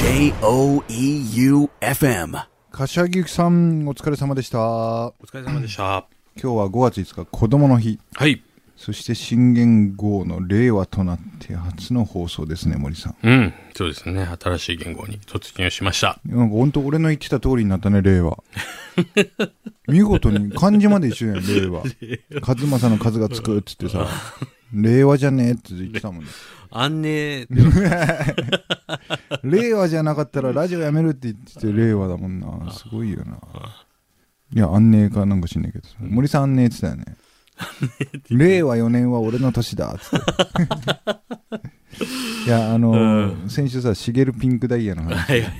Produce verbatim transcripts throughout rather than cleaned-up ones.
ジェイオーイーユーエフエム柏木由紀さん、お疲れ様でした。 お疲れ様でした。 今日はごがついつか子供の日。 はい。 そして新元号の令和となって初の放送ですね、森さん。 うん、そうですね。新しい元号に突入しました。 なんか本当俺の言ってた通りになったね、令和。見事に漢字まで一緒やん、令和。和正の数がつくっつってさ、令和じゃねえって言ってたもんね。 あんね令和じゃなかったらラジオやめるって言ってて令和だもんな。すごいよな。いや、あんねえかなんか知んないけど、森さんあんねえって言ってたよね。令和よねんは俺の年だっつっていや、あのーうん、先週さ、シゲルピンクダイヤの話、はいはい、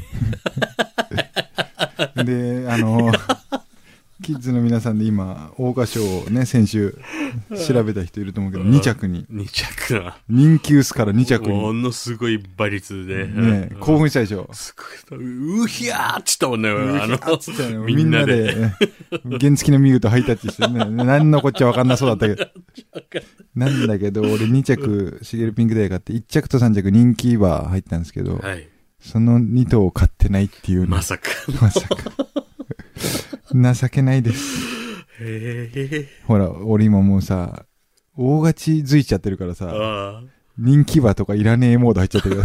で、あのー、キッズの皆さんで今桜花賞をね、先週調べた人いると思うけど、に着にに着な人気薄からに着にものすごい倍率で、 ね、うん、興奮したでしょ。 すごい、うひゃーっつったもんね、 あのみんなで原付のミューとハイタッチしてね、何のこっちゃ分かんなそうだったけどなんだけど俺に着シゲルピンクダイヤ買っていっ着とさん着人気馬入ったんですけど、はい、そのに頭を買ってないっていう、ね、 まさかまさか情けないです。 へー、 ほら俺今もうさ大勝ちづいちゃってるからさ、あ人気馬とかいらねえモード入っちゃってる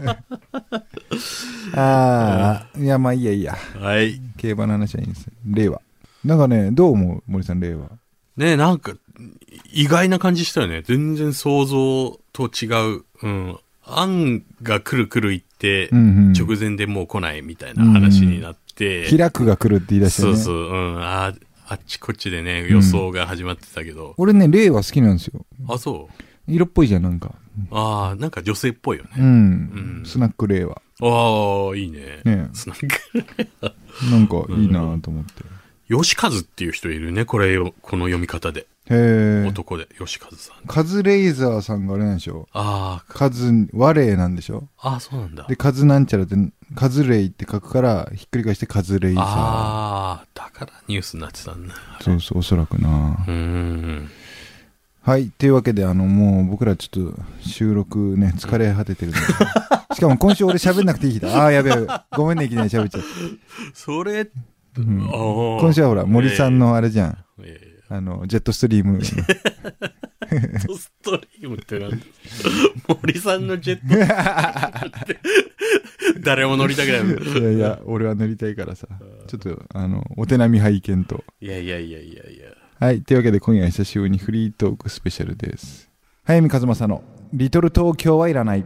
ああ、いやまあいいやいいや、 はい、 競馬の話はいいんです。令和なんかね、どう思う森さん、令和ねえ、なんか意外な感じしたよね。全然想像と違う、うん、案が来る来る言って、うんうん、直前でもう来ないみたいな話になって、 うん、開くが来るって言い出してね。 そうそう、うん、ああっちこっちでね予想が始まってたけど、うん、 俺ね令和好きなんですよ。 あ、そう色っぽいじゃん、なんか。 ああ、なんか女性っぽいよね。 うん。うん、スナック令和。 ああ、いいね。ね、スナック令和。 なんかいいなと思って。 吉和っていう人いるね、これよ、この読み方で。 へえ。 男で、吉和さん。 カズレイザーさんがあれなんでしょ。 ああ。 カズ、和レイなんでしょ。 ああ、そうなんだ。 で、カズなんちゃらって、カズレイって書くから、ひっくり返してカズレイザー。 ああ、だからニュースになってたんだ。 そうそう、おそらくな。 うーん。 はい。というわけで、あの、もう僕らちょっと収録ね、疲れ果ててるんで。しかも今週俺喋んなくていい日だ。ああ、やべえ。ごめんね、いきなり喋っちゃって。 それ、 うん、今週はほら、森さんのあれじゃん。 えーえーあの、ジェットストリーム。ジェットストリームってなんだ森さんのジェットストリームって誰も乗りたくない。 いやいや、俺は乗りたいからさ。ちょっと、あの、お手並み拝見と。 いやいやいやいやいや。 はい。というわけで今夜は久しぶりにフリートークスペシャルです。早見和正のリトル東京はいらない。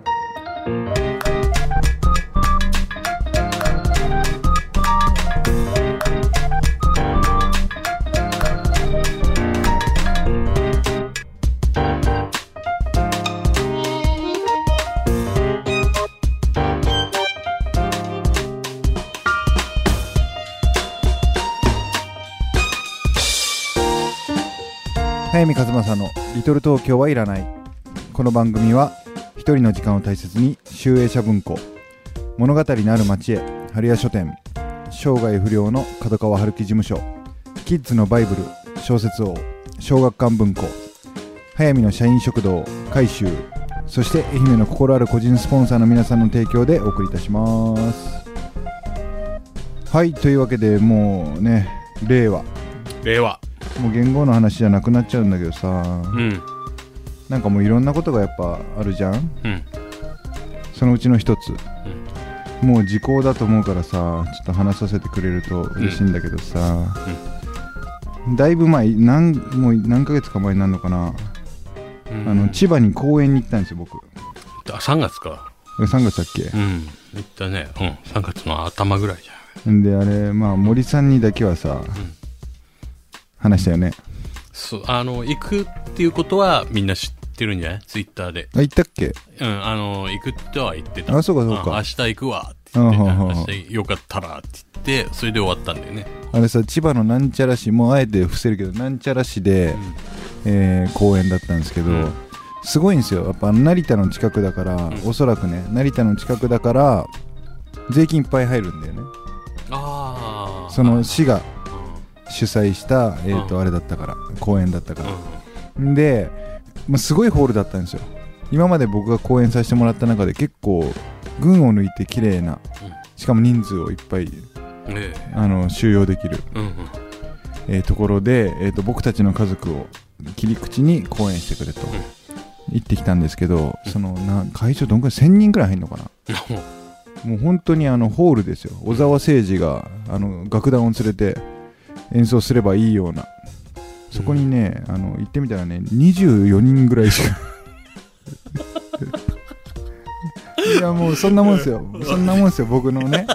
早見和正のリトル東京はいらない。この番組は一人の時間を大切に集英社文庫、物語のある町へ春屋書店、生涯不良の角川春樹事務所、キッズのバイブル小説王小学館文庫、早見の社員食堂改修、そして愛媛の心ある個人スポンサーの皆さんの提供でお送りいたします。はい。というわけでもうね、令和令和もう元号の話じゃなくなっちゃうんだけどさ、 うん、 なんかもういろんなことがやっぱあるじゃん、 うん、 そのうちの一つ、うん、もう時効だと思うからさ、ちょっと話させてくれると嬉しいんだけどさ、うんうん、だいぶ前、何もう何ヶ月か前になるのかな、うん、あの千葉に公園に行ったんですよ僕。 あ、さんがつか。 さんがつだっけ。 うん、行ったね、うん、さんがつの頭ぐらいじゃん。であれ、まあ森さんにだけはさ、うん話したよね。 そう、あの行くっていうことはみんな知ってるんじゃない？ツイッターで。 あ、行ったっけ？ うん、あの行くっては言ってた。 あ、そうかそうか。 明日行くわって言って、明日よかったらって言ってそれで終わったんだよね。 あれさ、千葉のなんちゃら市、もうあえて伏せるけどなんちゃら市で、うん、えー、公園だったんですけど、うん、すごいんですよ。やっぱ成田の近くだから、うん、おそらくね成田の近くだから税金いっぱい入るんだよね。 ああ。 その市が主催した、えーとうん、あれだったから公演だったから、うん、で、まあ、すごいホールだったんですよ。今まで僕が公演させてもらった中で結構群を抜いて綺麗な、しかも人数をいっぱい、 ええ、 あの収容できる、 うんうん、 えー、ところで、えー、と僕たちの家族を切り口に講演してくれと、うん、行ってきたんですけど、うん、そのな会場どんくらいせんにんくらい入るのかなもう本当にあのホールですよ。小沢誠二があの楽団を連れて演奏すればいいような、そこにね、うん、あの行ってみたらねにじゅうよにんぐらいしかいやもうそんなもんですよそんなもんですよ僕のね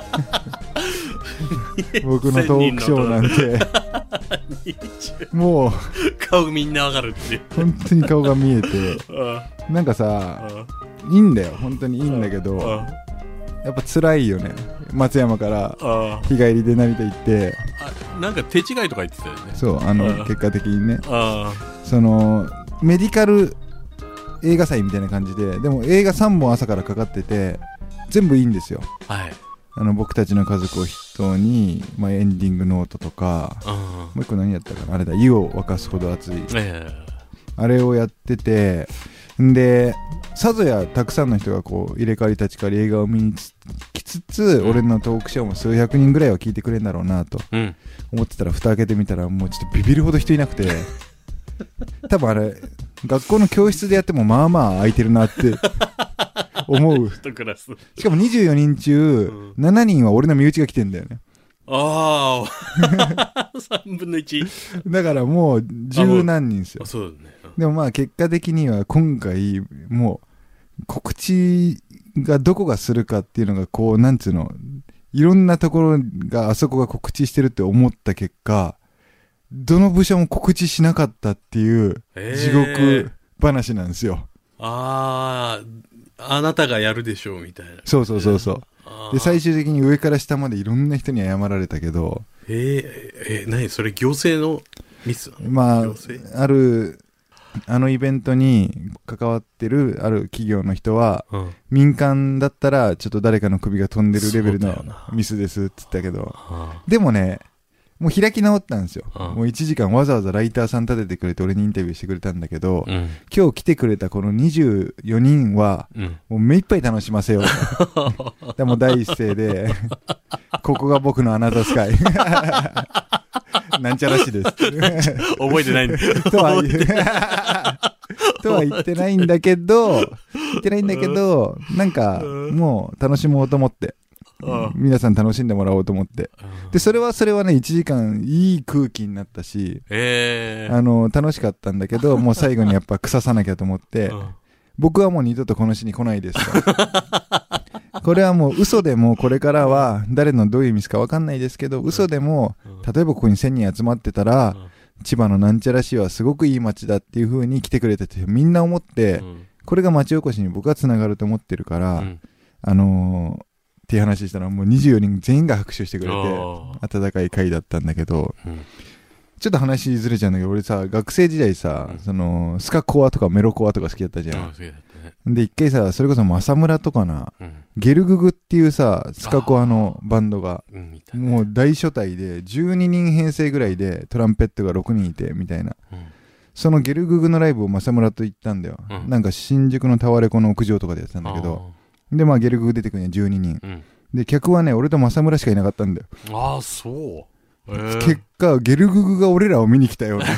僕のトークショーなんてもう顔みんなわかるって本当に顔が見えてなんかさいいんだよ本当にいいんだけどやっぱ辛いよね。松山から日帰りで成田行ってあなんか手違いとか言ってたよね。 そうあの結果的にねそのメディカル映画祭みたいな感じで、でも映画さんぼん朝からかかってて全部いいんですよ、はい、あの僕たちの家族を筆頭に、まあ、エンディングノートとかもう一個何やったかなあれだ湯を沸かすほど熱い、えー、あれをやっててんでさぞやたくさんの人がこう入れ替わり立ち替わり映画を見に来つつ、うん、俺のトークショーも数百人ぐらいは聞いてくれるんだろうなと思ってたら、蓋開けてみたらもうちょっとビビるほど人いなくて多分あれ学校の教室でやってもまあまあ空いてるなって思うクラスしかもにじゅうよにん中、うん、しちにんは俺の身内が来てんだよね。 ああさんぶんのいちだからもう十何人ですよ。 そうだね、うん、 でもまあ結果的には今回もう告知がどこがするかっていうのがこうなんつうのいろんなところがあそこが告知してるって思った結果どの部署も告知しなかったっていう地獄話なんですよ、 えー、あああなたがやるでしょうみたいな。 そうそうそうそうで最終的に上から下までいろんな人に謝られたけどえー、えー、何それ行政のミス？ まああるあのイベントに関わってるある企業の人は、うん、民間だったらちょっと誰かの首が飛んでるレベルのミスですって言ったけど、でもねもう開き直ったんですよ、うん、もういちじかんわざわざライターさん立ててくれて俺にインタビューしてくれたんだけど、うん、今日来てくれたこのにじゅうよにんは、うん、もう目いっぱい楽しませようでも第一声でここが僕のアナザースカイなんちゃらしです覚えてないんだとはとは言ってないんだけど言ってないんだけどなんかもう楽しもうと思って皆さん楽しんでもらおうと思ってでそれはそれはねいちじかんいい空気になったし、えー、あの楽しかったんだけどもう最後にやっぱ腐さなきゃと思って僕はもう二度とこの市に来ないですこれはもう嘘でもこれからは誰のどういう意味か分かんないですけど嘘でも例えばここにせんにん集まってたら千葉のなんちゃら市はすごくいい街だっていう風に来てくれててみんな思ってこれが町おこしに僕はつながると思ってるからあのーっていう話したらもうにじゅうよにん全員が拍手してくれて温かい会だったんだけど、うん、ちょっと話ずれちゃうんだけど俺さ学生時代さ、うん、そのスカコアとかメロコアとか好きだったじゃん、うんね、で一回さそれこそ正村とかな、うん、ゲルググっていうさスカコアのバンドが、うんね、もう大所帯でじゅうににん編成ぐらいでトランペットがろくにんいてみたいな、うん、そのゲルググのライブを正村と行ったんだよ、うん、なんか新宿のタワレコの屋上とかでやってたんだけどでまあゲルググ出てくるねじゅうににん、うん、で客はね俺と正村しかいなかったんだよ。 ああそう、えー、 結果ゲルググが俺らを見に来たよね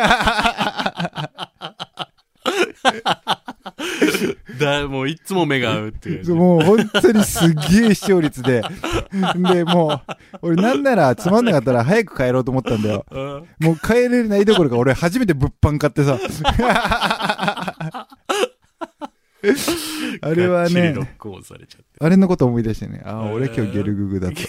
だもういつも目が合うっていうもう本当にすげえ視聴率ででもう俺なんならつまんなかったら早く帰ろうと思ったんだよもう帰れないどころか俺初めて物販買ってさあれはねあれのこと思い出してねああ俺今日ゲルググだった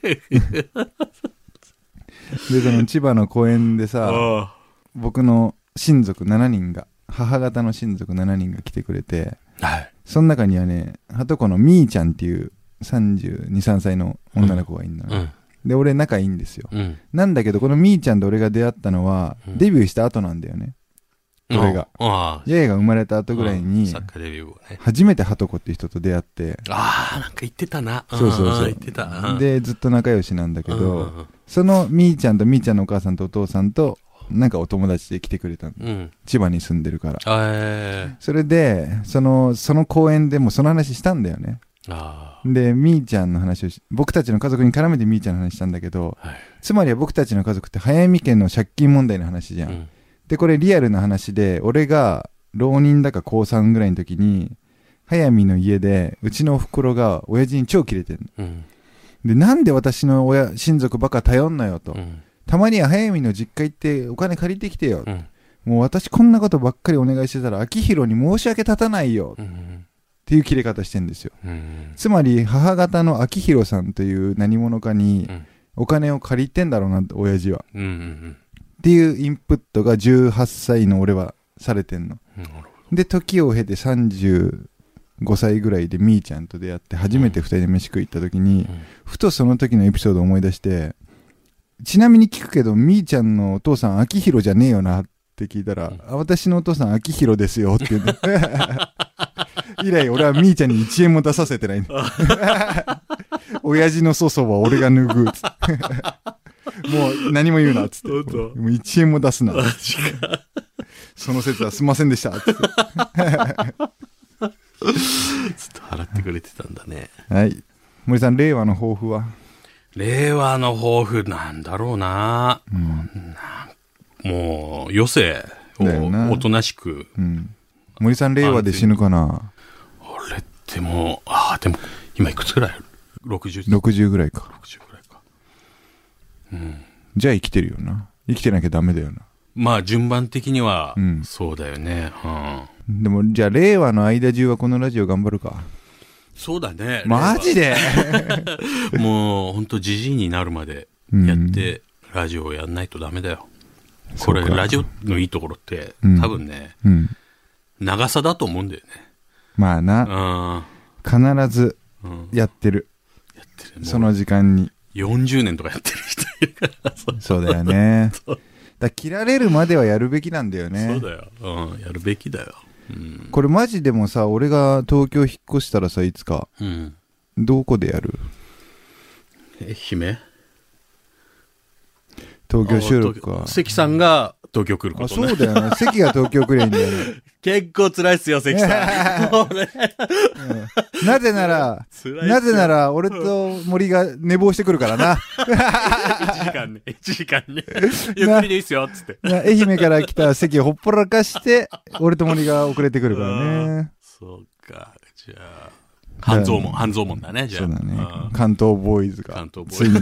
でその千葉の公園でさ僕の親族しちにんが母方の親族しちにんが来てくれて、はい、その中にはねはとこのみーちゃんっていうさんじゅうに、さんさいの女の子がいるの、うん、で俺仲いいんですよ、うん、なんだけどこのみーちゃんと俺が出会ったのは、うん、デビューした後なんだよね俺がヤヤが生まれた後ぐらいに作家デビューをね初めてはとこっていう人と出会ってああなんか言ってたなそうそうそう言ってたでずっと仲良しなんだけどそのみーちゃんとみーちゃんのお母さんとお父さんとなんかお友達で来てくれたの、うん、千葉に住んでるから、えー、それでそのその公園でもその話したんだよねあでみーちゃんの話をし僕たちの家族に絡めてみーちゃんの話したんだけど、 はい、 つまりは僕たちの家族って早見家の借金問題の話じゃん、うん、でこれリアルな話で俺が浪人だか高さんぐらいの時に早見の家でうちのおふくろが親父に超キレてるの、うん、でなんで私の親親族ばっか頼んなよと、うん、たまには早見の実家行ってお金借りてきてよ、うん、もう私こんなことばっかりお願いしてたら秋広に申し訳立たないよ、うん、っていう切れ方してんですよ、うん、つまり母方の秋広さんという何者かにお金を借りてんだろうな親父は、うんうんうん、っていうインプットがじゅうはっさいの俺はされてんの、うん、で時を経てさんじゅうごさいぐらいでみーちゃんと出会って初めてふたりで飯食い行った時に、うん、ふとその時のエピソードを思い出して、ちなみに聞くけどみーちゃんのお父さん秋広じゃねえよなって聞いたら、うん、あ私のお父さん秋広ですよって言うね以来俺はみーちゃんにいちえんも出させてないね親父の粗相は俺が拭うっつってもう何も言うなっつってもういちえんも出すなその説はすいませんでしたっつってずっと払ってくれてたんだね。 はい。森さん、令和の抱負は？ 令和の抱負なんだろうな、うん、なもう余生をおとなしく、うん、 森さん令和で死ぬかな？ 俺ってもうああでも今いくつぐらい？ろくじゅう？ ろくじゅうぐらいか。 ろくじゅうぐらいか。うん。 じゃあ生きてるよな。生きてなきゃダメだよな。 まあ順番的には、うん、そうだよね。うん。 でもじゃあ令和の間中はこのラジオ頑張るか。 そうだね。 マジでもうほんとじじいになるまでやって、うん、ラジオをやんないとダメだよ。これラジオのいいところって、うん、多分ね、うん、長さだと思うんだよね。 まあな、うん、必ずやってる、うん、やってるその時間によんじゅうねんとかやってる人いるからそうだよねだ切られるまではやるべきなんだよね。 そうだよ、うん、やるべきだよ、うん、 これマジでもさ俺が東京引っ越したらさいつか、うん、どこでやる？ 愛媛？ 東京収録か。 関さんが東京来ることね。 あ、そうだよね。関が東京来りゃいいんだよね。 結構辛いっすよ、関さん。もうねうん、なぜなら、なぜなら、俺と森が寝坊してくるからな。いちじかんね、いちじかんね。ゆっくりでいいっすよ、つって。 愛媛から来た関をほっぽらかして、俺と森が遅れてくるからね。 そうか、じゃあ。半蔵門、半蔵門だね、じゃあ。 そうだね。関東ボーイズが。 関東ボーイズ。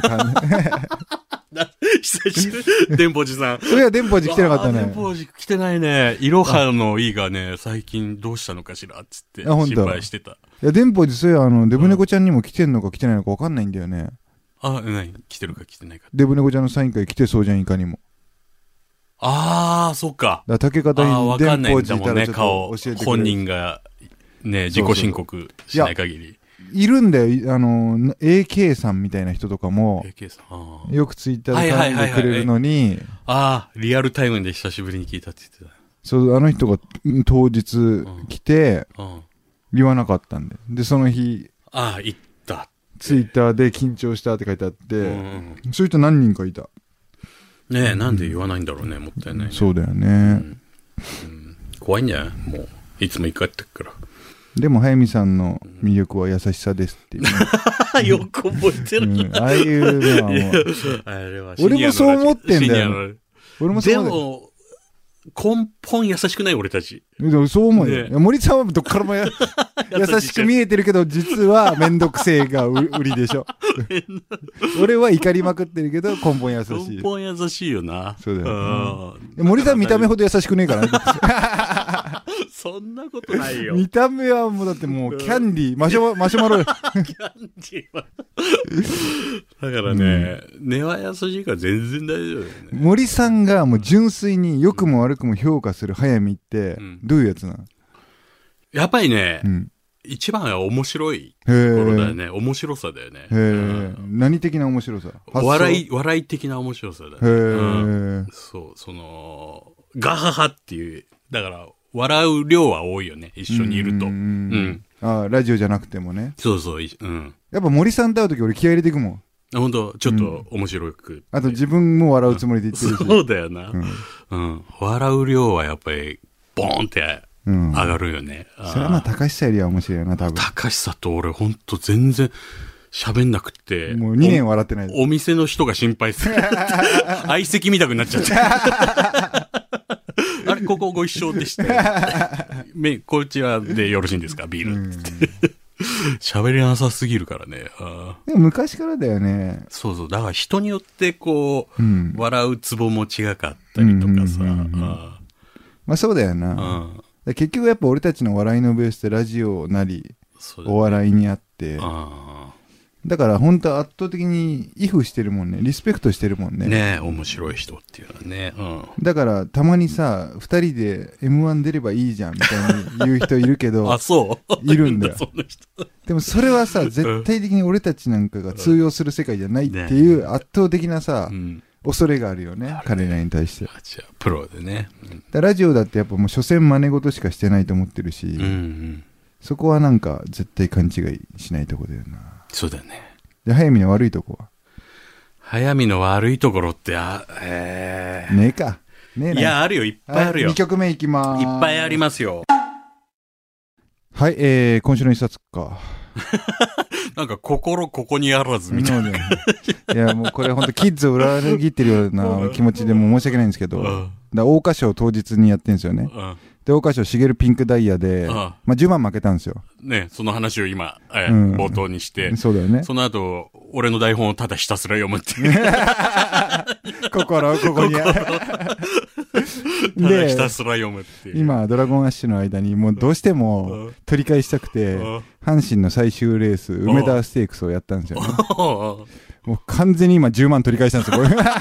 久しぶり。電報寺さん。 そういや、電報寺来てなかったね。 電報寺来てないね。いろはのいがね、最近どうしたのかしらっつって、心配してた。いや、電報寺そういや、あの、デブネコちゃんにも来てんのか来てないのか分かんないんだよね。 あ、なに来てるか来てないか。 デブネコちゃんのサイン会来てそうじゃん、いかにも。 あー、そっか。 だ竹方に電報寺いたらちょっと教えてくれ。本人が、ね、自己申告しない限り。 いるんだよ、あの エーケー さんみたいな人とかもエーケー さんよくツイッターで絡んでくれるのに、 ああリアルタイムで久しぶりに聞いたって言ってた。 そうあの人が当日来て言わなかったんで、でその日ああ行ったツイッターで緊張したって書いてあって、うん、そういう人何人かいたねえ、うん、なんで言わないんだろうね、もったいない、ね、 そうだよね、うんうん、怖いんじゃない？もういつも言い換えてくから。 でも早見さんの魅力は優しさですっていう、 ね、よく覚えてる、うん、 ああいうのはもうあれは俺もそう思ってんだよ。俺もそう思って。でも根本優しくない俺たち。 でもそう思うよ、ね、森さんはどっからもや優しく見えてるけど実はめんどくせえが売りでしょ俺は怒りまくってるけど根本優しい。 根本優しいよな。 そうだよ、ね、森さん見た目ほど優しくねえからねそんなことないよ。 見た目はもうだってもうキャンディーマシュマシュマロよキャンディーはだからね、うん、根は優しいから全然大丈夫だよね。 森さんがもう純粋に良くも悪くも評価する早見ってどういうやつなの？ やっぱりね、うん、一番は面白いところだよね。面白さだよね、うん、 何的な面白さ？ 笑い笑い的な面白さだね、うん、そうそのガハハっていうだから笑う量は多いよね、一緒にいると。うん、うん、 ああラジオじゃなくてもね。 そうそう、うん、 やっぱ森さんと会うとき俺気合い入れていくもん。 本当ちょっと面白く、うん、 あと自分も笑うつもりで言ってるし、 そうだよな、うんうん、笑う量はやっぱりボーンって上がるよね。 うん、それはまあ、高橋さんよりは面白いよな、多分。 高橋さんと俺ほんと全然喋んなくて。 もうにねん笑ってない。 お, お店の人が心配する。相席見たくなっちゃって。あれ、ここご一緒でして。め、こちらでよろしいんですかビールって。喋れなさすぎるからね。あでも昔からだよね。 そうそう。だから人によってこう、うん、笑うツボも違かったりとかさ。 まあそうだよな。うん、結局やっぱ俺たちの笑いのベースってラジオなり、お笑いにあって。だから本当圧倒的にイフしてるもんね。リスペクトしてるもんね。 ねえ、面白い人っていうのはね。うん、 だからたまにさ、二人で エムワン 出ればいいじゃんみたいに言う人いるけど。 あ、そういるんだよ。 そんな人でもそれはさ、絶対的に俺たちなんかが通用する世界じゃないっていう圧倒的なさ、うん、恐れがあるよね。ね、彼らに対して。 じゃあプロでね。 うん、だラジオだってやっぱもう所詮真似事しかしてないと思ってるし、うんうん、そこはなんか絶対勘違いしないとこだよな。 そうだよね。 で、早見の悪いとこは早見の悪いところって、あ、えー、 ねえか。ねえな。 いや、あるよ、いっぱいあるよ。 にきょくめいきまーす。 いっぱいありますよ。 はい、えー、今週の一冊か。 なんか心ここにあらずみたいな。いや、もうこれ本当キッズを裏切ってるような気持ちでも申し訳ないんですけど、うん、だ桜花賞当日にやってんですよね。うんで、桜花賞、しげるピンクダイヤで、ああまあ、じゅうまん負けたんですよ。 ね、その話を今、えーうん、冒頭にして。 そうだよね。 その後、俺の台本をただひたすら読むっていう。 心、ここにある。 ただひたすら読むっていう。 今、ドラゴンアッシュの間に、もうどうしても取り返したくて、阪神の最終レース、梅田ステークスをやったんですよ、ね。もう完全に今じゅうまん取り返したんですよ、これ。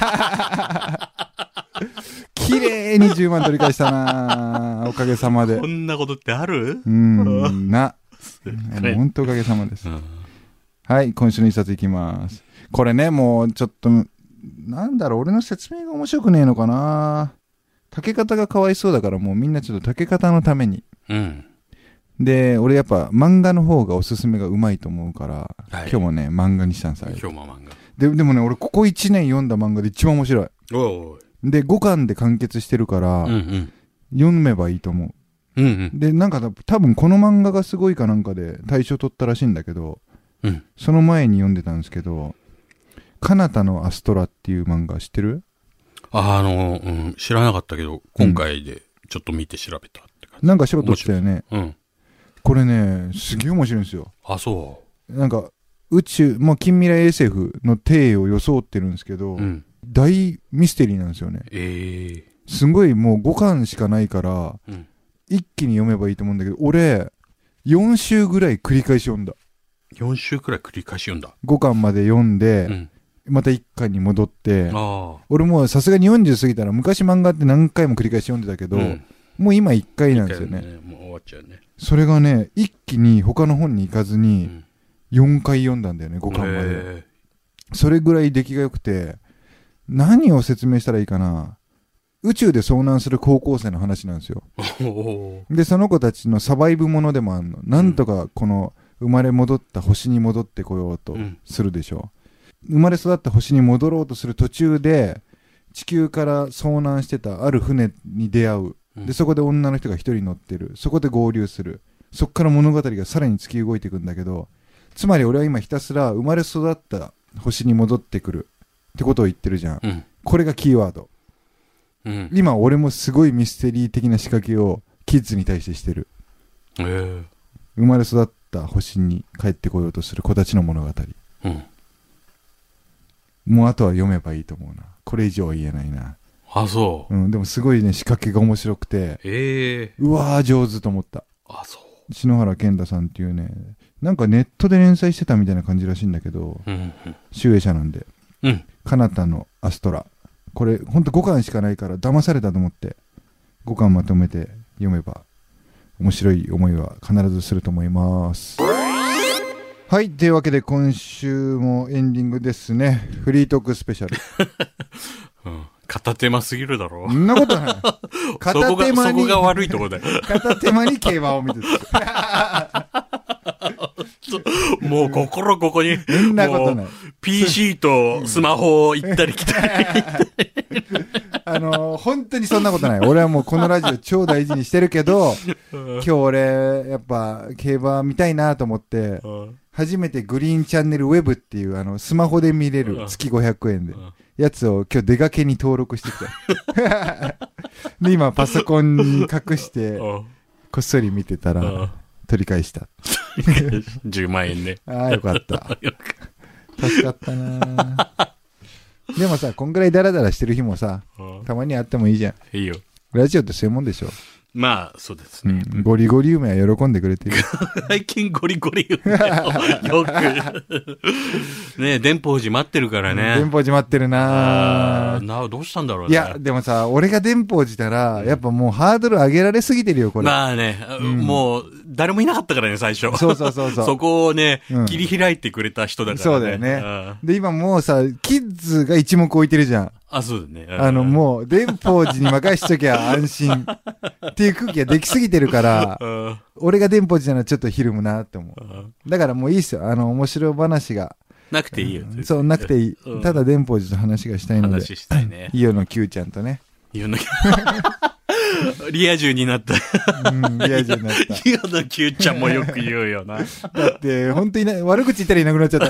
綺麗にじゅうまん取り返したなおかげさまで。 こんなことってある？ うーん、な。本当おかげさまです。はい、今週の一冊いきます。これね、もうちょっと、なんだろう、俺の説明が面白くねえのかな。竹方がかわいそうだからもうみんなちょっと竹方のために。うん。で、俺やっぱ漫画の方がおすすめがうまいと思うから、はい、今日もね、漫画にしたんさ。 今日も漫画。 で、でもね、俺ここいちねん読んだ漫画で一番面白い。おいおいで、ごかんで完結してるから、うんうん、読めばいいと思う。うんうん、で、なんか多分この漫画がすごいかなんかで大賞取ったらしいんだけど、うん、その前に読んでたんですけど、カナタのアストラっていう漫画知ってる？ あ、あの、うん、知らなかったけど、今回でちょっと見て調べたって感じ。 なんか賞取ったよね。うん。これね、すげえ面白いんですよ。 あ、そう。 なんか、宇宙、もう近未来 エスエフ の体を装ってるんですけど、うん大ミステリーなんですよね。えー、すごいもうごかんしかないから、うん、一気に読めばいいと思うんだけど、俺、よん週ぐらい繰り返し読んだ。 よん週くらい繰り返し読んだ。 ごかんまで読んで、うん、またいっかんに戻って、俺もうさすがによんじゅう過ぎたら昔漫画って何回も繰り返し読んでたけど、うん、もう今いっかいなんですよね。ねもう終わっちゃうね。それがね、一気に他の本に行かずに、よんかい読んだんだよね、ごかんまで。それぐらい出来が良くて、何を説明したらいいかな。宇宙で遭難する高校生の話なんですよ。で、その子たちのサバイブものでもあるの。なんとかこの生まれ戻った星に戻ってこようとするでしょう。生まれ育った星に戻ろうとする途中で、地球から遭難してたある船に出会う。で、そこで女の人が一人乗ってる。そこで合流する。そこから物語がさらに突き動いていくんだけど、つまり俺は今ひたすら生まれ育った星に戻ってくる。ってことを言ってるじゃん、うん、これがキーワード、うん、今俺もすごいミステリー的な仕掛けをキッズに対してしてる、えー、生まれ育った星に帰ってこようとする子たちの物語、うん、もうあとは読めばいいと思うな。これ以上は言えないな。 あ、そう、 うん、でもすごいね仕掛けが面白くて、えー、うわー上手と思った。 あ、そう篠原健太さんっていうね、なんかネットで連載してたみたいな感じらしいんだけど、うんうん、集英社なんで、うん、カナタのアストラ、これほんとごかんしかないから騙されたと思ってごかんまとめて読めば面白い思いは必ずすると思います。はい、というわけで今週もエンディングですね。フリートークスペシャル、 うん、片手間すぎるだろ。 そんなことない。 片手間にそこが悪いとこだよ。 片手間に競馬を見てる。 もう心ここに、 そんなことない。 ピーシー とスマホを行ったり来たり。 あのー、本当にそんなことない。俺はもうこのラジオ超大事にしてるけど、今日俺、やっぱ競馬見たいなと思って、初めてグリーンチャンネルウェブっていうあのスマホで見れる月ごひゃくえんでやつを今日出かけに登録してきた。で今パソコンに隠してこっそり見てたら取り返した。 じゅうまんえんね。 ああよかった。助かったな。でもさ、こんぐらいダラダラしてる日もさ、たまにあってもいいじゃん。 いいよ。 ラジオってそういうもんでしょ。 まあ、そうですね。 うん、ゴリゴリ梅は喜んでくれてる。 最近ゴリゴリ梅よく。ねえ、電報寺待ってるからね。 電報寺待ってるなぁ。 などうしたんだろうね。 いや、でもさ、俺が電報寺たら、やっぱもうハードル上げられすぎてるよ、これ。 まあね、うん、もう、誰もいなかったからね、最初。 そうそうそうそう。 そこをね、うん、切り開いてくれた人だからね。 そうだよね。で、今もうさ、キッズが一目置いてるじゃん。 あ、そうだね。 あの、もう、電報寺に任しときゃ安心っていう空気ができすぎてるから、俺が電報寺ならちょっとひるむなって思う。だからもういいっすよ。あの、面白話が。 なくていいよ。 そう、なくていい。ただ電報寺と話がしたいので。 話したいね。 イオの Q ちゃんとね。 イオの Q リア充になった。 うん、リア充になった。 イオの Q ちゃんもよく言うよな。 だって、本当に悪口言ったらいなくなっちゃった。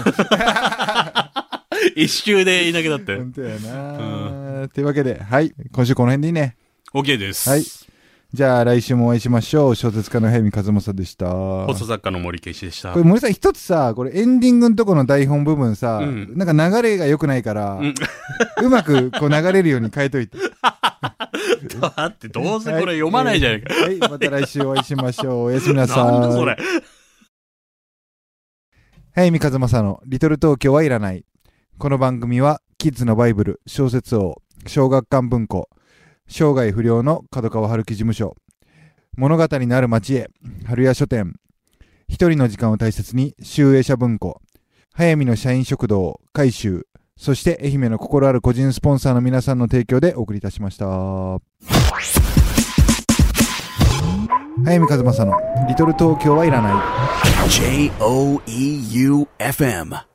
一周でいなくなったよ。 本当やな。というわけで、はい。今週この辺でいいね。 OK です。 はい。じゃあ来週もお会いしましょう。小説家の早見和正でした。 放送作家の森圭司でした。 これ森さん一つさ、これエンディングのとこの台本部分さ、うん、なんか流れが良くないから、うん、うまくこう流れるように変えといて。 だってどうせこれ読まないじゃないか。 はい、えーはい、また来週お会いしましょう。おやすみなさい。 なんだそれ。 早見和正のリトル東京はいらない。この番組はキッズのバイブル小説王小学館文庫生涯不良の角川春樹事務所物語のある町へ春屋書店一人の時間を大切に集英社文庫早見の社員食堂改修そして愛媛の心ある個人スポンサーの皆さんの提供でお送りいたしました。早見和正のリトル東京はいらないジェイオーイーユーエフエム